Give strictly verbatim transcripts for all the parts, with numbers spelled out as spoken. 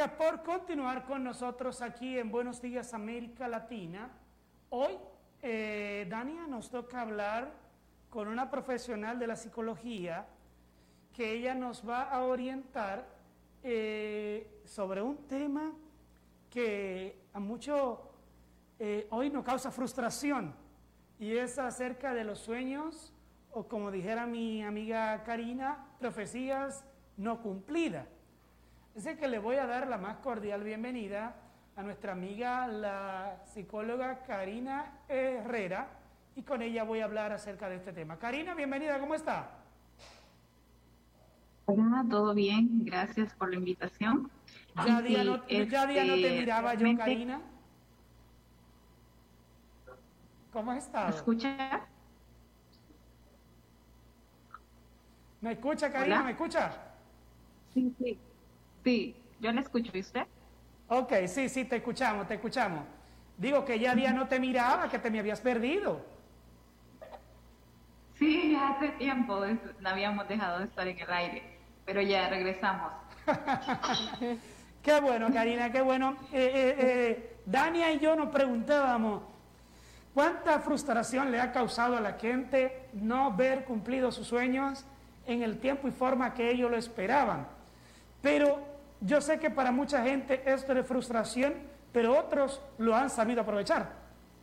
gracias por continuar con nosotros aquí en Buenos Días América Latina. Hoy, eh, Dania, nos toca hablar con una profesional de la psicología que ella nos va a orientar eh, sobre un tema que a muchos eh, hoy nos causa frustración, y es acerca de los sueños, o como dijera mi amiga Karina, profecías no cumplidas. Así que le voy a dar la más cordial bienvenida a nuestra amiga, la psicóloga Karina Herrera, y con ella voy a hablar acerca de este tema. Karina, bienvenida, ¿cómo está? Hola, todo bien, gracias por la invitación. Ya día, sí, no, este, ya día no te miraba realmente... yo, Karina. ¿Cómo has estado? ¿Me escucha? ¿Me escucha, Karina? ¿Hola? ¿Me escucha? Sí, sí. Sí, yo le escucho, ¿y usted? Ok, sí, sí, te escuchamos, te escuchamos. Digo que ya día no te miraba, que te me habías perdido. Sí, hace tiempo habíamos dejado de estar en el aire, pero ya regresamos. Qué bueno, Karina, qué bueno. Eh, eh, eh, Dania y yo nos preguntábamos, ¿cuánta frustración le ha causado a la gente no ver cumplidos sus sueños en el tiempo y forma que ellos lo esperaban? Pero yo sé que para mucha gente esto es frustración, pero otros lo han sabido aprovechar.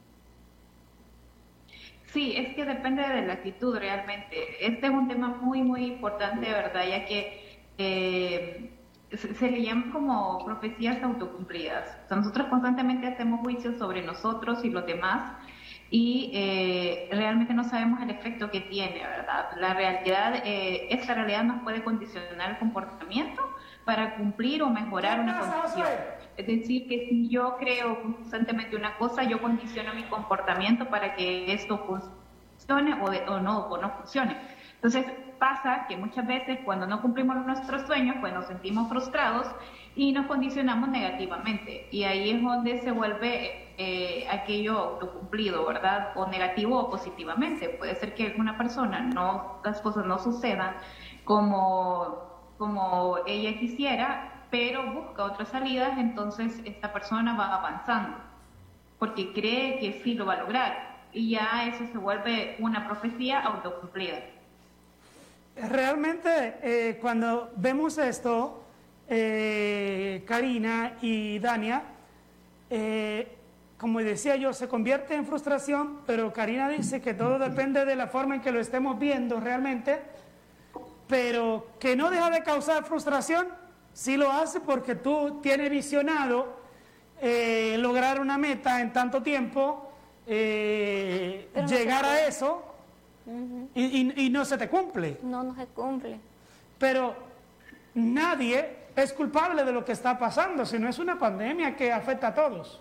Sí, es que depende de la actitud realmente. Este es un tema muy, muy importante, ¿verdad? Ya que eh, se, se le llaman como profecías autocumplidas. O sea, nosotros constantemente hacemos juicios sobre nosotros y los demás y eh, realmente no sabemos el efecto que tiene, ¿verdad? La realidad, eh, esta realidad nos puede condicionar el comportamiento para cumplir o mejorar una condición. Es decir, que si yo creo constantemente una cosa, yo condiciono mi comportamiento para que esto funcione o, de, o, no, o no funcione. Entonces pasa que muchas veces cuando no cumplimos nuestros sueños, pues nos sentimos frustrados y nos condicionamos negativamente. Y ahí es donde se vuelve eh, aquello autocumplido, ¿verdad? O negativo o positivamente. Puede ser que alguna persona, no, las cosas no sucedan como... como ella quisiera, pero busca otras salidas, entonces esta persona va avanzando, porque cree que sí lo va a lograr, y ya eso se vuelve una profecía autocumplida. Realmente, eh, cuando vemos esto, eh, Karina y Dania, eh, como decía yo, se convierte en frustración, pero Karina dice que todo depende de la forma en que lo estemos viendo realmente, pero que no deja de causar frustración, sí lo hace porque tú tienes visionado eh, lograr una meta en tanto tiempo, eh, llegar no a eso, uh-huh. y, y, y no se te cumple. No, no se cumple. Pero nadie es culpable de lo que está pasando, sino es una pandemia que afecta a todos.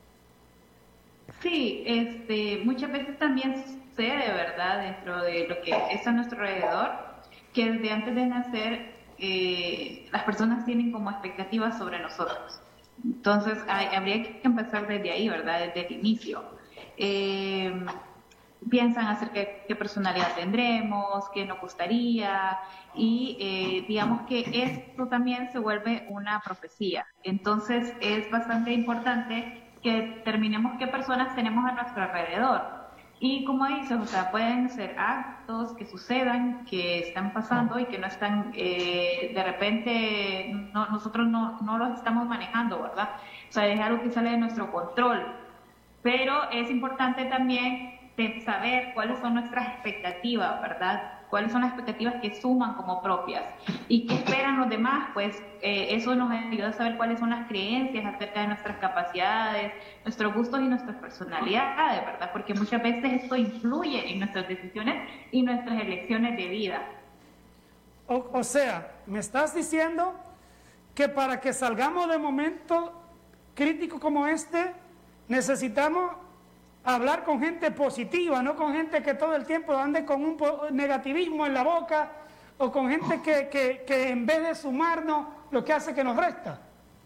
Sí, este, muchas veces también sucede, ¿verdad?, dentro de lo que es a nuestro alrededor, que desde antes de nacer eh, las personas tienen como expectativas sobre nosotros. Entonces hay, habría que empezar desde ahí, ¿verdad? Desde el inicio. Eh, piensan acerca de qué personalidad tendremos, qué nos gustaría, y eh, digamos que esto también se vuelve una profecía. Entonces es bastante importante que determinemos qué personas tenemos a nuestro alrededor. Y como dices, o sea, pueden ser actos que sucedan, que están pasando y que no están, eh, de repente, no, nosotros no, no los estamos manejando, ¿verdad? O sea, es algo que sale de nuestro control. Pero es importante también de saber cuáles son nuestras expectativas, ¿verdad? Cuáles son las expectativas que suman como propias y qué esperan los demás, pues eh, eso nos ayuda a saber cuáles son las creencias acerca de nuestras capacidades, nuestros gustos y nuestras personalidades, ¿verdad? Porque muchas veces esto influye en nuestras decisiones y nuestras elecciones de vida. O, o sea, me estás diciendo que para que salgamos de momentos críticos como este, necesitamos hablar con gente positiva, no con gente que todo el tiempo ande con un negativismo en la boca, o con gente que, que, que en vez de sumarnos, lo que hace que nos resta.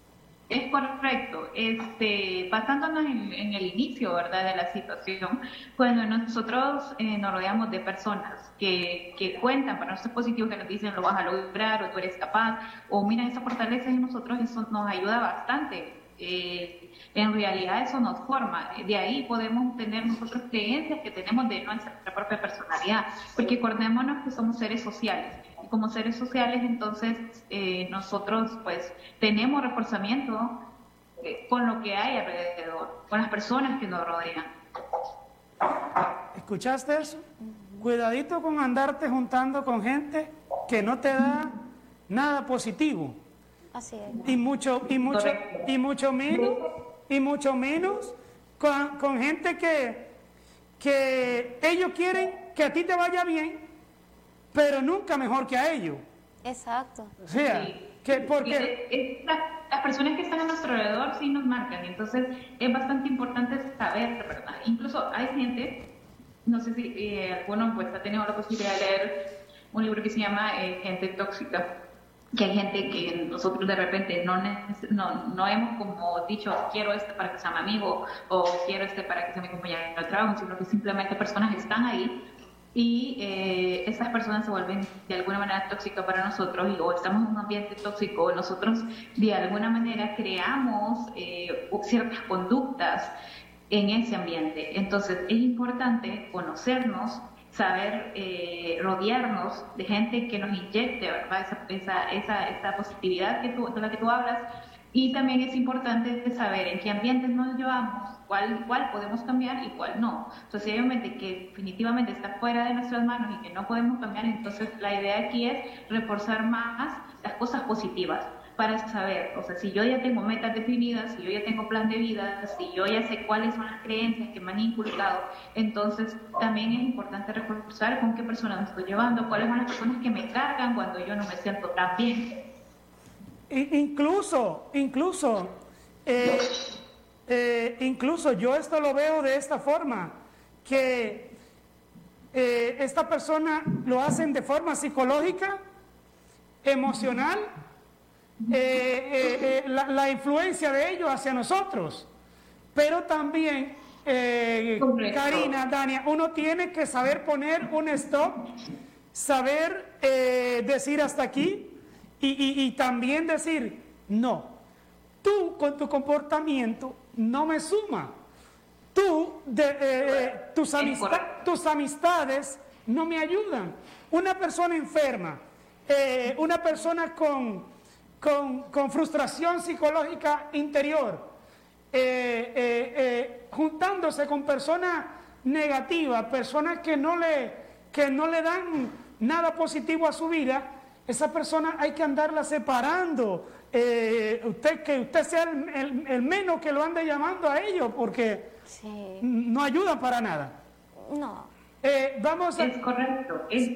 Es correcto. Este, basándonos en, en el inicio, ¿verdad?, de la situación, cuando nosotros eh, nos rodeamos de personas que, que cuentan para nosotros positivos, que nos dicen lo vas a lograr o tú eres capaz, o mira esa fortaleza en nosotros, eso nos ayuda bastante. Eh, en realidad eso nos forma. De ahí podemos tener nosotros creencias que tenemos de nuestra propia personalidad, porque acordémonos que somos seres sociales. Y como seres sociales, entonces eh, nosotros pues tenemos reforzamiento eh, con lo que hay alrededor, con las personas que nos rodean. ¿Escuchaste eso? Cuidadito con andarte juntando con gente que no te da nada positivo. Así es. Y mucho, y mucho, y mucho menos, y mucho menos con, con gente que, que ellos quieren que a ti te vaya bien, pero nunca mejor que a ellos. Exacto. O sea, Sí. que porque... Es, es, las, las personas que están a nuestro alrededor sí nos marcan, entonces es bastante importante saber, ¿verdad? Incluso hay gente, no sé si eh, alguno pues ha tenido la posibilidad de leer un libro que se llama eh, Gente Tóxica, que hay gente que nosotros de repente no, no, no hemos como dicho quiero este para que sea mi amigo o quiero este para que sea mi compañero de trabajo, sino que simplemente personas están ahí y eh, estas personas se vuelven de alguna manera tóxicas para nosotros y, o estamos en un ambiente tóxico o nosotros de alguna manera creamos eh, ciertas conductas en ese ambiente. Entonces es importante conocernos, saber eh, rodearnos de gente que nos inyecte, ¿verdad?, esa, esa, esa, esa positividad que tú, de la que tú hablas, y también es importante saber en qué ambientes nos llevamos, cuál, cuál podemos cambiar y cuál no. Entonces, si hay un ambiente que definitivamente está fuera de nuestras manos y que no podemos cambiar, entonces la idea aquí es reforzar más las cosas positivas para saber, o sea, si yo ya tengo metas definidas, si yo ya tengo plan de vida, si yo ya sé cuáles son las creencias que me han inculcado, entonces también es importante reforzar con qué personas me estoy llevando, cuáles son las personas que me cargan cuando yo no me siento tan bien. Incluso, incluso, eh, eh, incluso yo esto lo veo de esta forma, que eh, esta persona lo hacen de forma psicológica, emocional, eh, eh, eh, la, la influencia de ellos hacia nosotros, pero también, eh, Karina, Dania, uno tiene que saber poner un stop, saber eh, decir hasta aquí, Y, y, y también decir, no, tú con tu comportamiento no me suma, tú, de, eh, tus, amistad, tus amistades no me ayudan. Una persona enferma, eh, una persona con, con, con frustración psicológica interior, eh, eh, eh, juntándose con personas negativas, personas que no le, que no le dan nada positivo a su vida, esa persona hay que andarla separando. Eh, usted que usted sea el, el, el menos que lo ande llamando a ellos, porque sí, no ayuda para nada. No. Eh, vamos a... Es correcto. Es...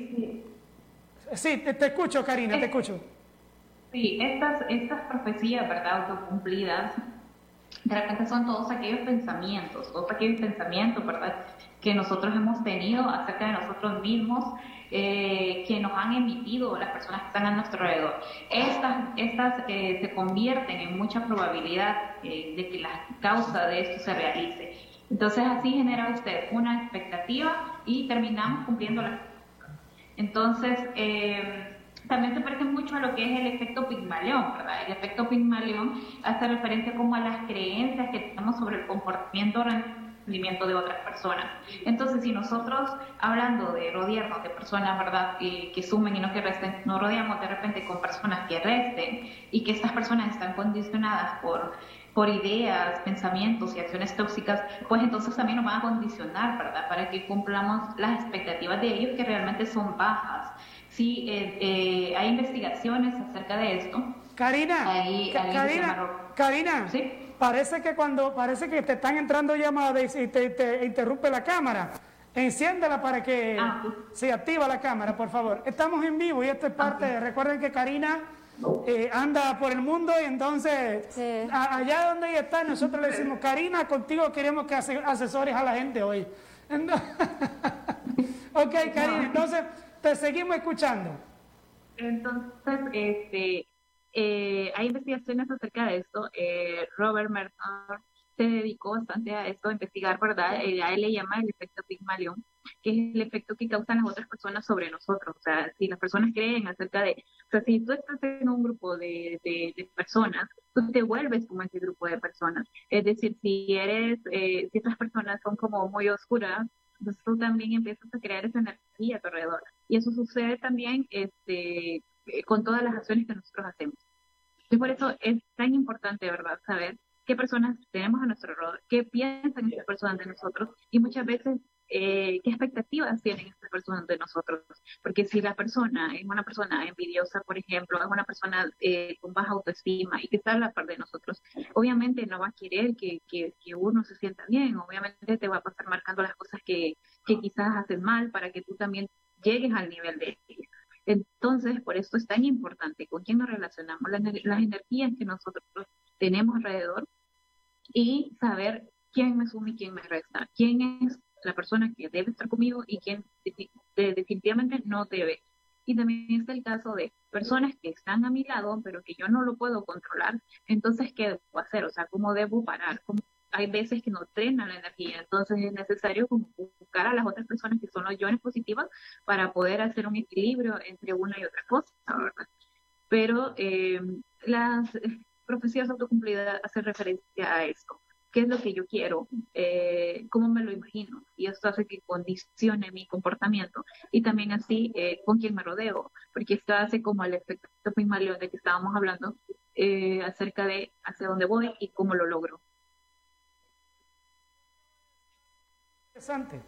Sí, te, te escucho, Karina, es... te escucho. Sí, estas, estas profecías, ¿verdad?, autocumplidas, de repente son todos aquellos pensamientos, todos aquellos pensamientos, ¿verdad?, que nosotros hemos tenido acerca de nosotros mismos, eh, que nos han emitido las personas que están a nuestro alrededor. Estas, estas eh, se convierten en mucha probabilidad eh, de que la causa de esto se realice. Entonces así genera usted una expectativa y terminamos cumpliendo la... Entonces, eh, también se parece mucho a lo que es el efecto Pigmalión, ¿verdad? El efecto Pigmalión hace referencia como a las creencias que tenemos sobre el comportamiento de otras personas. Entonces, si nosotros, hablando de rodearnos de personas, ¿verdad?, eh, que sumen y no que resten, nos rodeamos de repente con personas que resten y que estas personas están condicionadas por, por ideas, pensamientos y acciones tóxicas, pues entonces también nos van a condicionar, ¿verdad?, para que cumplamos las expectativas de ellos, que realmente son bajas. Sí, eh, eh, hay investigaciones acerca de esto. Karina, ahí, ahí Karina, Karina, ¿sí? Parece que cuando parece que te están entrando llamadas y te, te interrumpe la cámara, enciéndela para que ah, sí. se activa la cámara, por favor. Estamos en vivo y esto es parte, okay. Recuerden que Karina eh, anda por el mundo y entonces sí. a, allá donde ella está nosotros le decimos, Karina, contigo queremos que asesores a la gente hoy. Ok, Karina, entonces te seguimos escuchando. Entonces, este... eh, hay investigaciones acerca de esto. Eh, Robert Merton se dedicó bastante a esto, a investigar, ¿verdad? Eh, a él le llama el efecto Pygmalion, que es el efecto que causan las otras personas sobre nosotros. O sea, si las personas creen acerca de, o sea, si tú estás en un grupo de, de, de personas, tú te vuelves como ese grupo de personas. Es decir, si eres, eh, si estas personas son como muy oscuras, entonces tú también empiezas a crear esa energía a tu alrededor. Y eso sucede también este, eh, con todas las acciones que nosotros hacemos. Y por eso es tan importante, ¿verdad?, saber qué personas tenemos a nuestro alrededor, qué piensan estas personas de nosotros y muchas veces eh, qué expectativas tienen estas personas de nosotros. Porque si la persona es una persona envidiosa, por ejemplo, es una persona eh, con baja autoestima y que está a la par de nosotros, obviamente no va a querer que, que, que uno se sienta bien, obviamente te va a pasar marcando las cosas que, que quizás hacen mal para que tú también llegues al nivel de ellos. Entonces, por eso es tan importante con quién nos relacionamos, las, las energías que nosotros tenemos alrededor y saber quién me suma y quién me resta, quién es la persona que debe estar conmigo y quién de, definitivamente no debe. Y también está el caso de personas que están a mi lado, pero que yo no lo puedo controlar. Entonces, ¿qué debo hacer? O sea, ¿cómo debo parar? ¿Cómo? Hay veces que no drenan la energía, entonces es necesario como buscar a las otras personas que son los iones positivos para poder hacer un equilibrio entre una y otra cosa, ¿verdad? Pero eh, las profecías autocumplidas hacen referencia a esto. ¿Qué es lo que yo quiero? Eh, ¿Cómo me lo imagino? Y esto hace que condicione mi comportamiento. Y también así eh, con quién me rodeo, porque esto hace como el efecto Pygmalion de que estábamos hablando eh, acerca de hacia dónde voy y cómo lo logro. Interesante.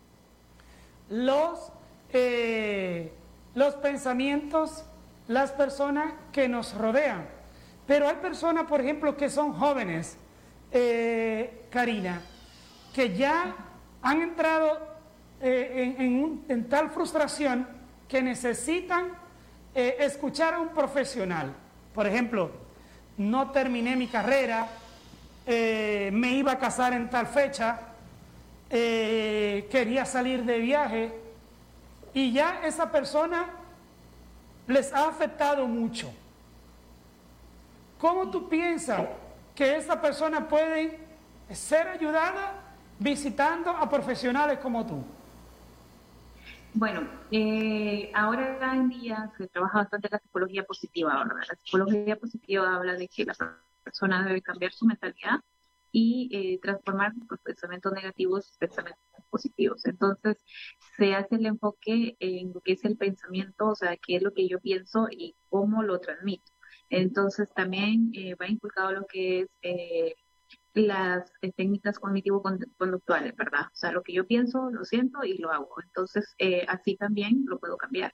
Los, eh, los pensamientos, las personas que nos rodean. Pero hay personas, por ejemplo, que son jóvenes, eh, Karina, que ya han entrado eh, en, en, un, en tal frustración que necesitan eh, escuchar a un profesional. Por ejemplo, no terminé mi carrera, eh, me iba a casar en tal fecha, eh, quería salir de viaje y ya esa persona les ha afectado mucho. ¿Cómo tú piensas que esa persona puede ser ayudada visitando a profesionales como tú? Bueno, eh, ahora en día se trabaja bastante la psicología positiva, ¿verdad? La psicología positiva habla de que la persona debe cambiar su mentalidad y eh, transformar los pensamientos negativos en pensamientos positivos. Entonces, se hace el enfoque en lo que es el pensamiento, o sea, qué es lo que yo pienso y cómo lo transmito. Entonces, también eh, va inculcado lo que es eh, las eh, técnicas cognitivo-conductuales, ¿verdad? O sea, lo que yo pienso, lo siento y lo hago. Entonces, eh, así también lo puedo cambiar.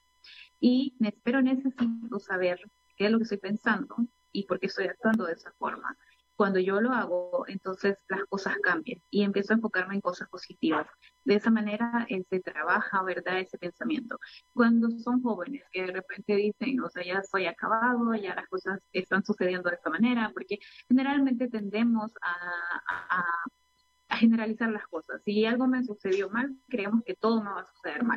Y, pero necesito saber qué es lo que estoy pensando y por qué estoy actuando de esa forma. Cuando yo lo hago, entonces las cosas cambian y empiezo a enfocarme en cosas positivas. De esa manera eh, se trabaja, ¿verdad?, ese pensamiento. Cuando son jóvenes que de repente dicen, o sea, ya soy acabado, ya las cosas están sucediendo de esta manera, porque generalmente tendemos a, a, a generalizar las cosas. Si algo me sucedió mal, creemos que todo me va a suceder mal.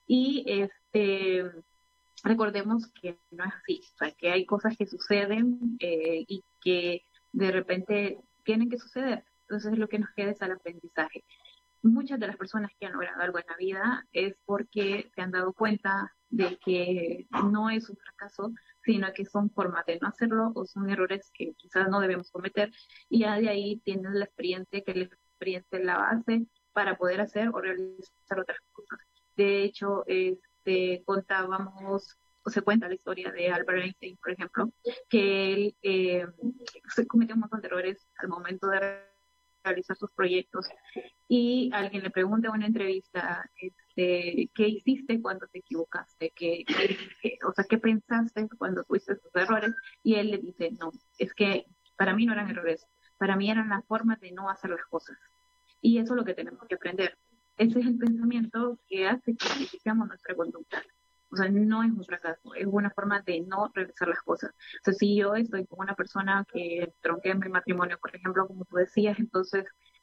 Y este... recordemos que no es así, o sea, que hay cosas que suceden eh, y que de repente tienen que suceder. Entonces lo que nos queda es el aprendizaje. Muchas de las personas que han logrado algo en la vida es porque se han dado cuenta de que no es un fracaso, sino que son formas de no hacerlo o son errores que quizás no debemos cometer y ya de ahí tienen la experiencia, que la experiencia es la base para poder hacer o realizar otras cosas. De hecho, este, contábamos o se cuenta la historia de Albert Einstein, por ejemplo, que él eh, se cometió un montón de errores al momento de realizar sus proyectos y alguien le pregunta en una entrevista, este, ¿qué hiciste cuando te equivocaste? ¿Qué, qué, o sea, ¿qué pensaste cuando tuviste tus errores? Y él le dice, no, es que para mí no eran errores, para mí eran las formas de no hacer las cosas. Y eso es lo que tenemos que aprender. Ese es el pensamiento que hace que modifiquemos nuestra conducta. O sea, no es un fracaso, es una forma de no realizar las cosas. O sea, si yo estoy con una persona que tronqué en mi matrimonio, por ejemplo, como tú decías, entonces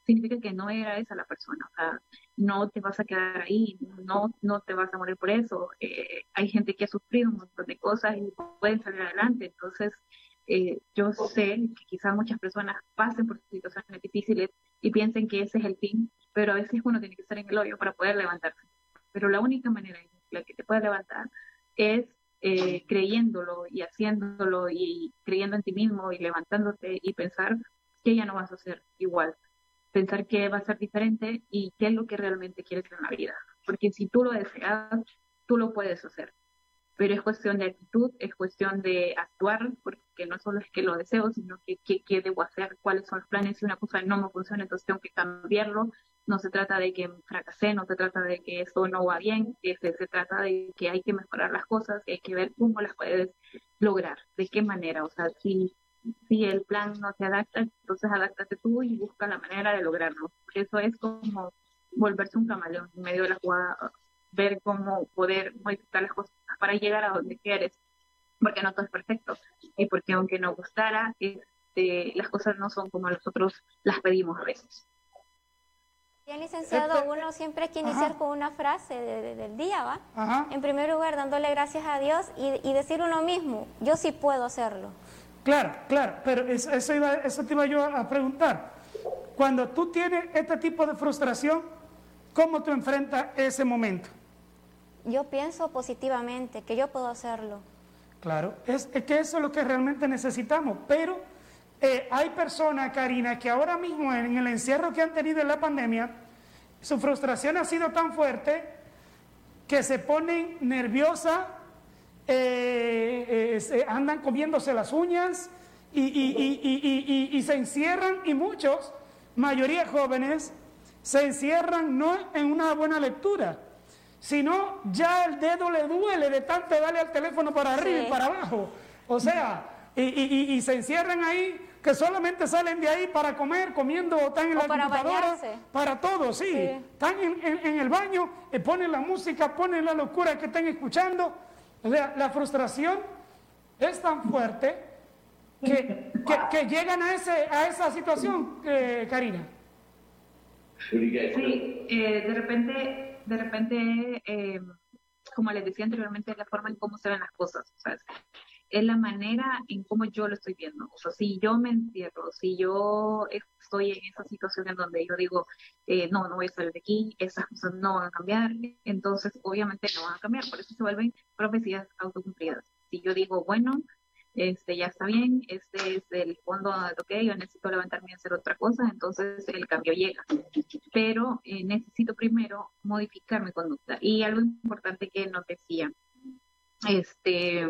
significa que no era esa la persona, o sea, no te vas a quedar ahí, no, no te vas a morir por eso. Eh, hay gente que ha sufrido un montón de cosas y pueden salir adelante, entonces eh, yo sé que quizás muchas personas pasen por situaciones difíciles y piensen que ese es el fin, pero a veces uno tiene que estar en el hoyo para poder levantarse. Pero la única manera en la que te puedes levantar es eh, creyéndolo y haciéndolo y creyendo en ti mismo y levantándote y pensar que ya no vas a ser igual, pensar que va a ser diferente y qué es lo que realmente quieres en la vida. Porque si tú lo deseas, tú lo puedes hacer. Pero es cuestión de actitud, es cuestión de actuar, porque no solo es que lo deseo, sino que qué, qué debo hacer, cuáles son los planes. Si una cosa no me funciona, entonces tengo que cambiarlo. No se trata de que fracasé, no se trata de que esto no va bien, se, se trata de que hay que mejorar las cosas, que hay que ver cómo las puedes lograr, de qué manera. O sea, si, si el plan no se adapta, entonces adáptate tú y busca la manera de lograrlo. Porque eso es como volverse un camaleón en medio de la jugada, ver cómo poder modificar las cosas para llegar a donde quieres, porque no todo es perfecto y porque aunque nos gustara, este, las cosas no son como nosotros las pedimos a veces. Bien, licenciado, uno siempre hay que iniciar Ajá. con una frase de, de, del día, ¿va? Ajá. En primer lugar, dándole gracias a Dios y, y decir uno mismo, yo sí puedo hacerlo. Claro, claro, pero eso, eso, iba, eso te iba yo a preguntar. Cuando tú tienes este tipo de frustración, ¿cómo tú enfrentas ese momento? Yo pienso positivamente, que yo puedo hacerlo. Claro, es, es que eso es lo que realmente necesitamos, pero eh, hay personas, Karina, que ahora mismo en el encierro que han tenido en la pandemia, su frustración ha sido tan fuerte que se ponen nerviosas, eh, eh, se andan comiéndose las uñas y, y, y, y, y, y, y se encierran, y muchos, mayoría jóvenes, se encierran no en una buena lectura, sino ya el dedo le duele de tanto darle al teléfono para arriba sí. y para abajo. O sea, y, y, y se encierran ahí, que solamente salen de ahí para comer, comiendo, están en o la para computadora, bañarse. Para todo, sí. sí. Están en, en, en el baño, eh, ponen la música, ponen la locura que estén escuchando. O sea, la frustración es tan fuerte que, que, que llegan a, ese, a esa situación, eh, Karina. Sí, eh, de repente... de repente, eh, como les decía anteriormente, es la forma en cómo se ven las cosas, o sea, es la manera en cómo yo lo estoy viendo. O sea, si yo me encierro, si yo estoy en esa situación en donde yo digo, eh, no, no voy a salir de aquí, esas cosas no van a cambiar, entonces obviamente no van a cambiar, por eso se vuelven profecías autocumplidas. Si yo digo, bueno, este ya está bien, este es el fondo de lo que yo necesito levantarme y hacer otra cosa, entonces el cambio llega. Pero eh, necesito primero modificar mi conducta. Y algo importante que nos decía, este,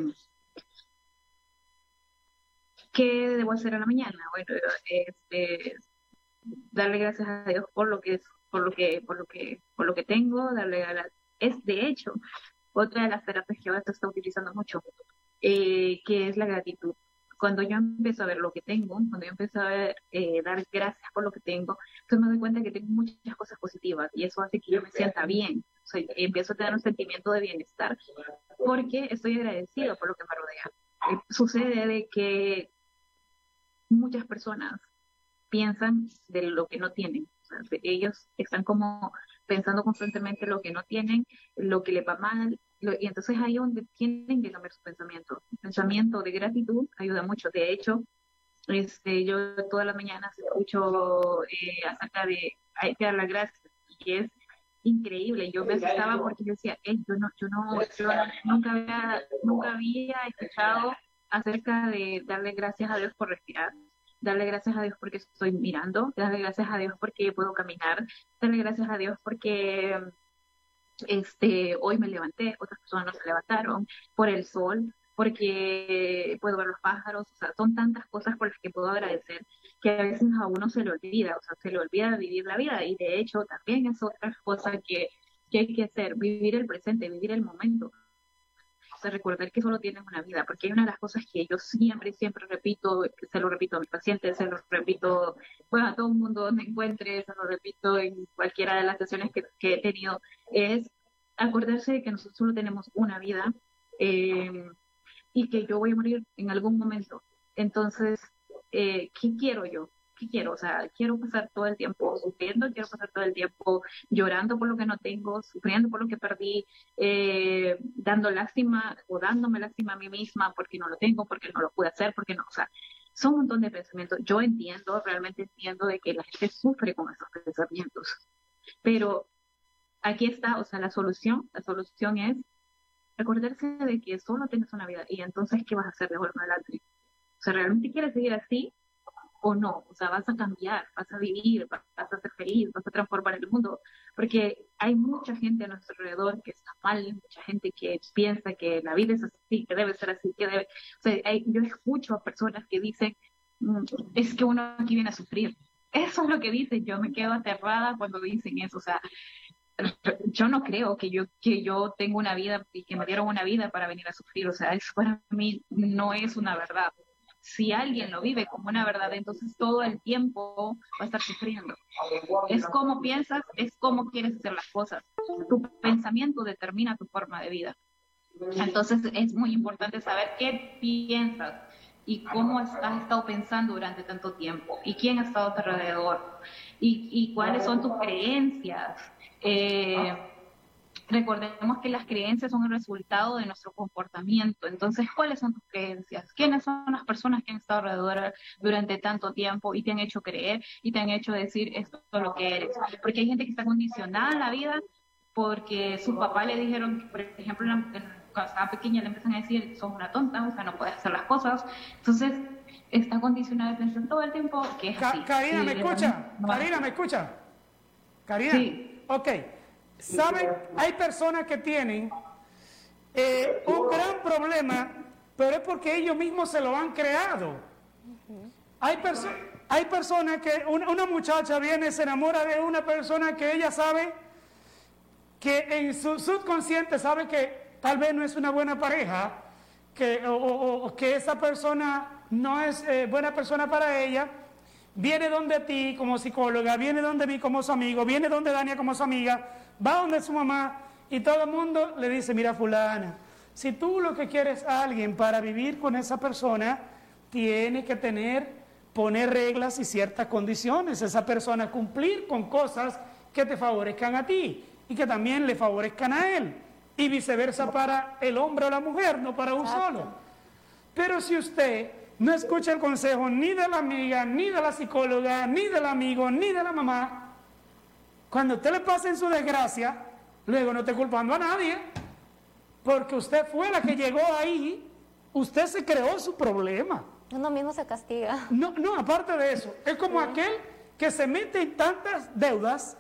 ¿qué debo hacer a la mañana? Bueno, este, darle gracias a Dios por lo que es, por lo que, por lo que, por lo que tengo, darle a la, es de hecho otra de las terapias que ahora se está utilizando mucho. Eh, que es la gratitud. Cuando yo empiezo a ver lo que tengo, cuando yo empiezo a ver, eh, dar gracias por lo que tengo, entonces me doy cuenta que tengo muchas cosas positivas y eso hace que yo me sienta bien. O sea, empiezo a tener un sentimiento de bienestar porque estoy agradecido por lo que me rodea. Eh, sucede de que muchas personas piensan de lo que no tienen. O sea, ellos están como pensando constantemente lo que no tienen, lo que les va mal, lo, y entonces ahí es donde tienen que cambiar su pensamiento. El pensamiento de gratitud ayuda mucho. De hecho, este, yo todas las mañanas escucho eh, acerca de hay que dar las gracias, y es increíble. Yo me asustaba porque yo decía, hey, yo no, yo no, yo nunca había, nunca había escuchado acerca de darle gracias a Dios por respirar, darle gracias a Dios porque estoy mirando, darle gracias a Dios porque puedo caminar, darle gracias a Dios porque este hoy me levanté, otras personas no se levantaron, por el sol, porque puedo ver los pájaros. O sea, son tantas cosas por las que puedo agradecer que a veces a uno se le olvida, o sea, se le olvida vivir la vida, y de hecho también es otra cosa que, que hay que hacer, vivir el presente, vivir el momento. O sea, recordar que solo tienes una vida, porque hay una de las cosas que yo siempre, siempre repito, se lo repito a mis pacientes, se lo repito, bueno, a todo el mundo donde encuentre, se lo repito en cualquiera de las sesiones que, que he tenido, es acordarse de que nosotros solo tenemos una vida eh, y que yo voy a morir en algún momento. Entonces, eh, ¿qué quiero yo? ¿qué quiero? O sea, quiero pasar todo el tiempo sufriendo, quiero pasar todo el tiempo llorando por lo que no tengo, sufriendo por lo que perdí, eh, dando lástima o dándome lástima a mí misma porque no lo tengo, porque no lo pude hacer, porque no, o sea, son un montón de pensamientos. Yo entiendo, realmente entiendo de que la gente sufre con esos pensamientos, pero aquí está, o sea, la solución, la solución es recordarse de que solo tienes una vida y entonces, ¿qué vas a hacer de ahora en adelante? O sea, ¿realmente quieres seguir así o no? O sea, vas a cambiar, vas a vivir, vas a ser feliz, vas a transformar el mundo, porque hay mucha gente a nuestro alrededor que está mal, mucha gente que piensa que la vida es así, que debe ser así, que debe... O sea, hay, yo escucho a personas que dicen, mm, es que uno aquí viene a sufrir. Eso es lo que dicen, yo me quedo aterrada cuando dicen eso, o sea, yo no creo que yo que yo tengo una vida y que me dieron una vida para venir a sufrir, o sea, eso para mí no es una verdad. Si alguien lo vive como una verdad, entonces todo el tiempo va a estar sufriendo. Es como piensas, es como quieres hacer las cosas. Tu pensamiento determina tu forma de vida. Entonces es muy importante saber qué piensas y cómo has estado pensando durante tanto tiempo y quién ha estado a tu alrededor y, y cuáles son tus creencias. Eh, recordemos que las creencias son el resultado de nuestro comportamiento. Entonces, ¿cuáles son tus creencias? ¿Quiénes son las personas que han estado alrededor durante tanto tiempo y te han hecho creer y te han hecho decir esto es lo que eres? Porque hay gente que está condicionada en la vida porque sus papás le dijeron, por ejemplo, cuando estaba pequeña le empiezan a decir, sos una tonta, o sea, no puedes hacer las cosas. Entonces, está condicionada a pensar todo el tiempo que es Ca así. Karina, sí, ¿me escucha? No, Karina, ¿me escucha? Karina. Sí. Ok. ¿Saben? Hay personas que tienen eh, un gran problema, pero es porque ellos mismos se lo han creado. Hay, perso hay personas que, una, una muchacha viene, se enamora de una persona que ella sabe que en su subconsciente sabe que tal vez no es una buena pareja, que, o, o, o que esa persona no es eh, buena persona para ella. Viene donde ti como psicóloga, viene donde mí como su amigo, viene donde Dania como su amiga, va donde su mamá y todo el mundo le dice, mira fulana, si tú lo que quieres a alguien para vivir con esa persona, tiene que tener, poner reglas y ciertas condiciones, esa persona cumplir con cosas que te favorezcan a ti y que también le favorezcan a él y viceversa para el hombre o la mujer, no para un solo. Pero si usted no escucha el consejo ni de la amiga, ni de la psicóloga, ni del amigo, ni de la mamá, cuando usted le pase en su desgracia, luego no esté culpando a nadie, porque usted fue la que llegó ahí, usted se creó su problema. Uno mismo se castiga. No, no, aparte de eso, es como sí. aquel que se mete en tantas deudas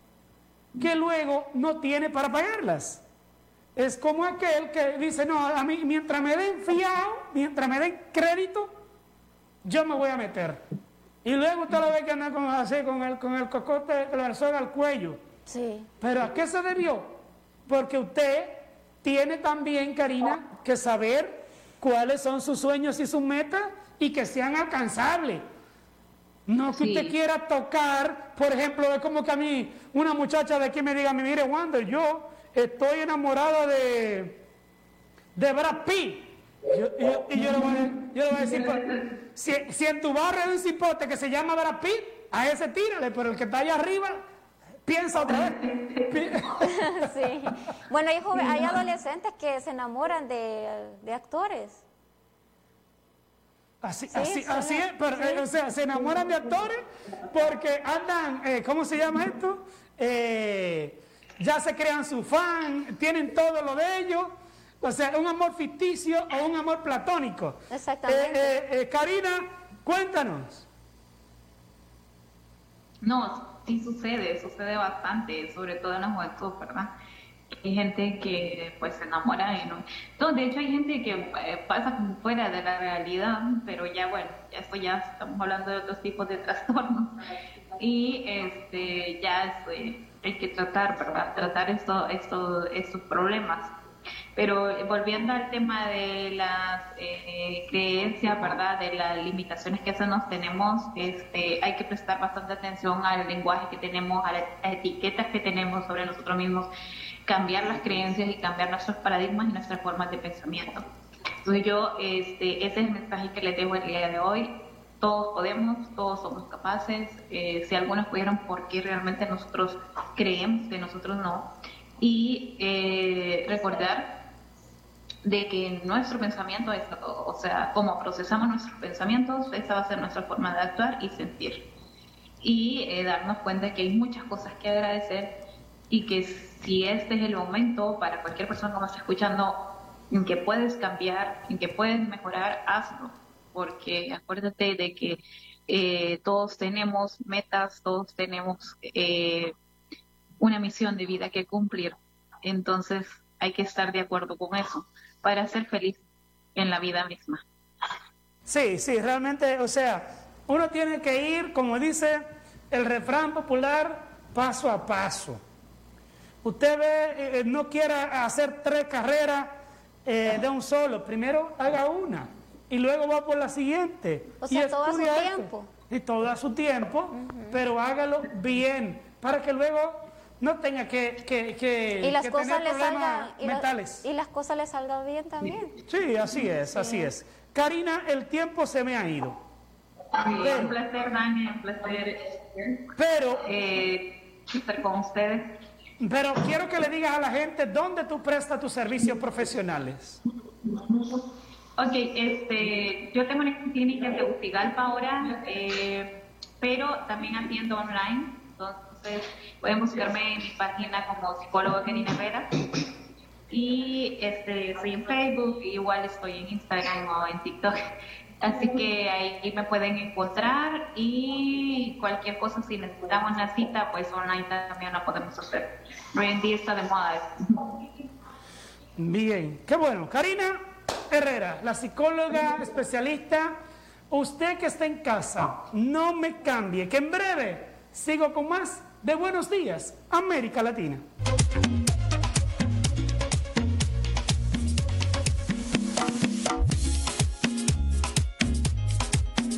que luego no tiene para pagarlas. Es como aquel que dice, no, a mí mientras me den fiado, mientras me den crédito, yo me voy a meter. Y luego usted lo ve que anda con, así, con el, con el cocote, con la soga al cuello. Sí. ¿Pero a qué se debió? Porque usted tiene también, Karina, que saber cuáles son sus sueños y sus metas y que sean alcanzables. No que sí. usted quiera tocar, por ejemplo, es como que a mí, una muchacha de aquí me diga, mire, Wander, yo estoy enamorada de, de Brad Pitt. Yo, yo, y yo le, voy a, yo le voy a decir, pues, si, si en tu barrio hay un cipote que se llama Brad Pitt, a ese tírale, pero el que está allá arriba, piensa otra vez. Sí. Bueno, hay, joven, hay adolescentes que se enamoran de, de actores. Así, sí, así, sí, así es, pero, sí. eh, o sea, se enamoran de actores porque andan, eh, ¿cómo se llama esto? Eh, ya se crean su fan, tienen todo lo de ellos, o sea, un amor ficticio o un amor platónico. Exactamente. Eh, eh, eh, Karina, cuéntanos. No, sí sucede, sucede bastante, sobre todo en la juventud, ¿verdad? Hay gente que pues se enamora y no... no de hecho hay gente que eh, pasa como fuera de la realidad, pero ya bueno, esto ya estamos hablando de otros tipos de trastornos y este ya eh, hay que tratar, ¿verdad? Tratar esto, esto, estos problemas. Pero volviendo al tema de las eh, creencias, ¿verdad? De las limitaciones que se nos tenemos, este, hay que prestar bastante atención al lenguaje que tenemos, a las etiquetas que tenemos sobre nosotros mismos, cambiar las creencias y cambiar nuestros paradigmas y nuestras formas de pensamiento. Entonces yo, este, ese es el mensaje que les dejo el día de hoy. todos podemos, todos somos capaces, eh, si algunos pudieron, ¿por qué realmente nosotros creemos que nosotros no? Y eh, recordar de que nuestro pensamiento es, o sea, cómo procesamos nuestros pensamientos, esa va a ser nuestra forma de actuar y sentir. Y eh, darnos cuenta de que hay muchas cosas que agradecer y que si este es el momento para cualquier persona que me está escuchando, en que puedes cambiar, en que puedes mejorar, hazlo. Porque acuérdate de que eh, todos tenemos metas, todos tenemos eh, una misión de vida que cumplir. Entonces hay que estar de acuerdo con eso para ser feliz en la vida misma. Sí, sí, realmente, o sea, uno tiene que ir, como dice el refrán popular, paso a paso. Usted ve, eh, no quiera hacer tres carreras eh, de un solo, primero haga una y luego va por la siguiente. O sea, y todo a su esto. tiempo. Y todo a su tiempo, uh-huh. pero hágalo bien, para que luego no tenga que, que, que, y las que cosas tener le problemas salgan, mentales. Y, la, y las cosas le salgan bien también. Sí, así es, sí. así es. Karina, el tiempo se me ha ido. Sí, pero, un placer, Dani, un placer pero, eh, estar con ustedes. Pero quiero que le digas a la gente dónde tú prestas tus servicios profesionales. Ok, este, yo tengo una clínica en Tegucigalpa ahora, eh, pero también atiendo online. Entonces pueden buscarme en mi página como psicólogo Karina Herrera. Y este, estoy en Facebook, igual estoy en Instagram o en TikTok. Así que ahí me pueden encontrar y cualquier cosa, si necesitamos una cita, pues online también la podemos hacer. Hoy en día está de moda eso. Bien, qué bueno. Karina Herrera, la psicóloga especialista. Usted que está en casa, no me cambie, que en breve sigo con más de Buenos Días, América Latina.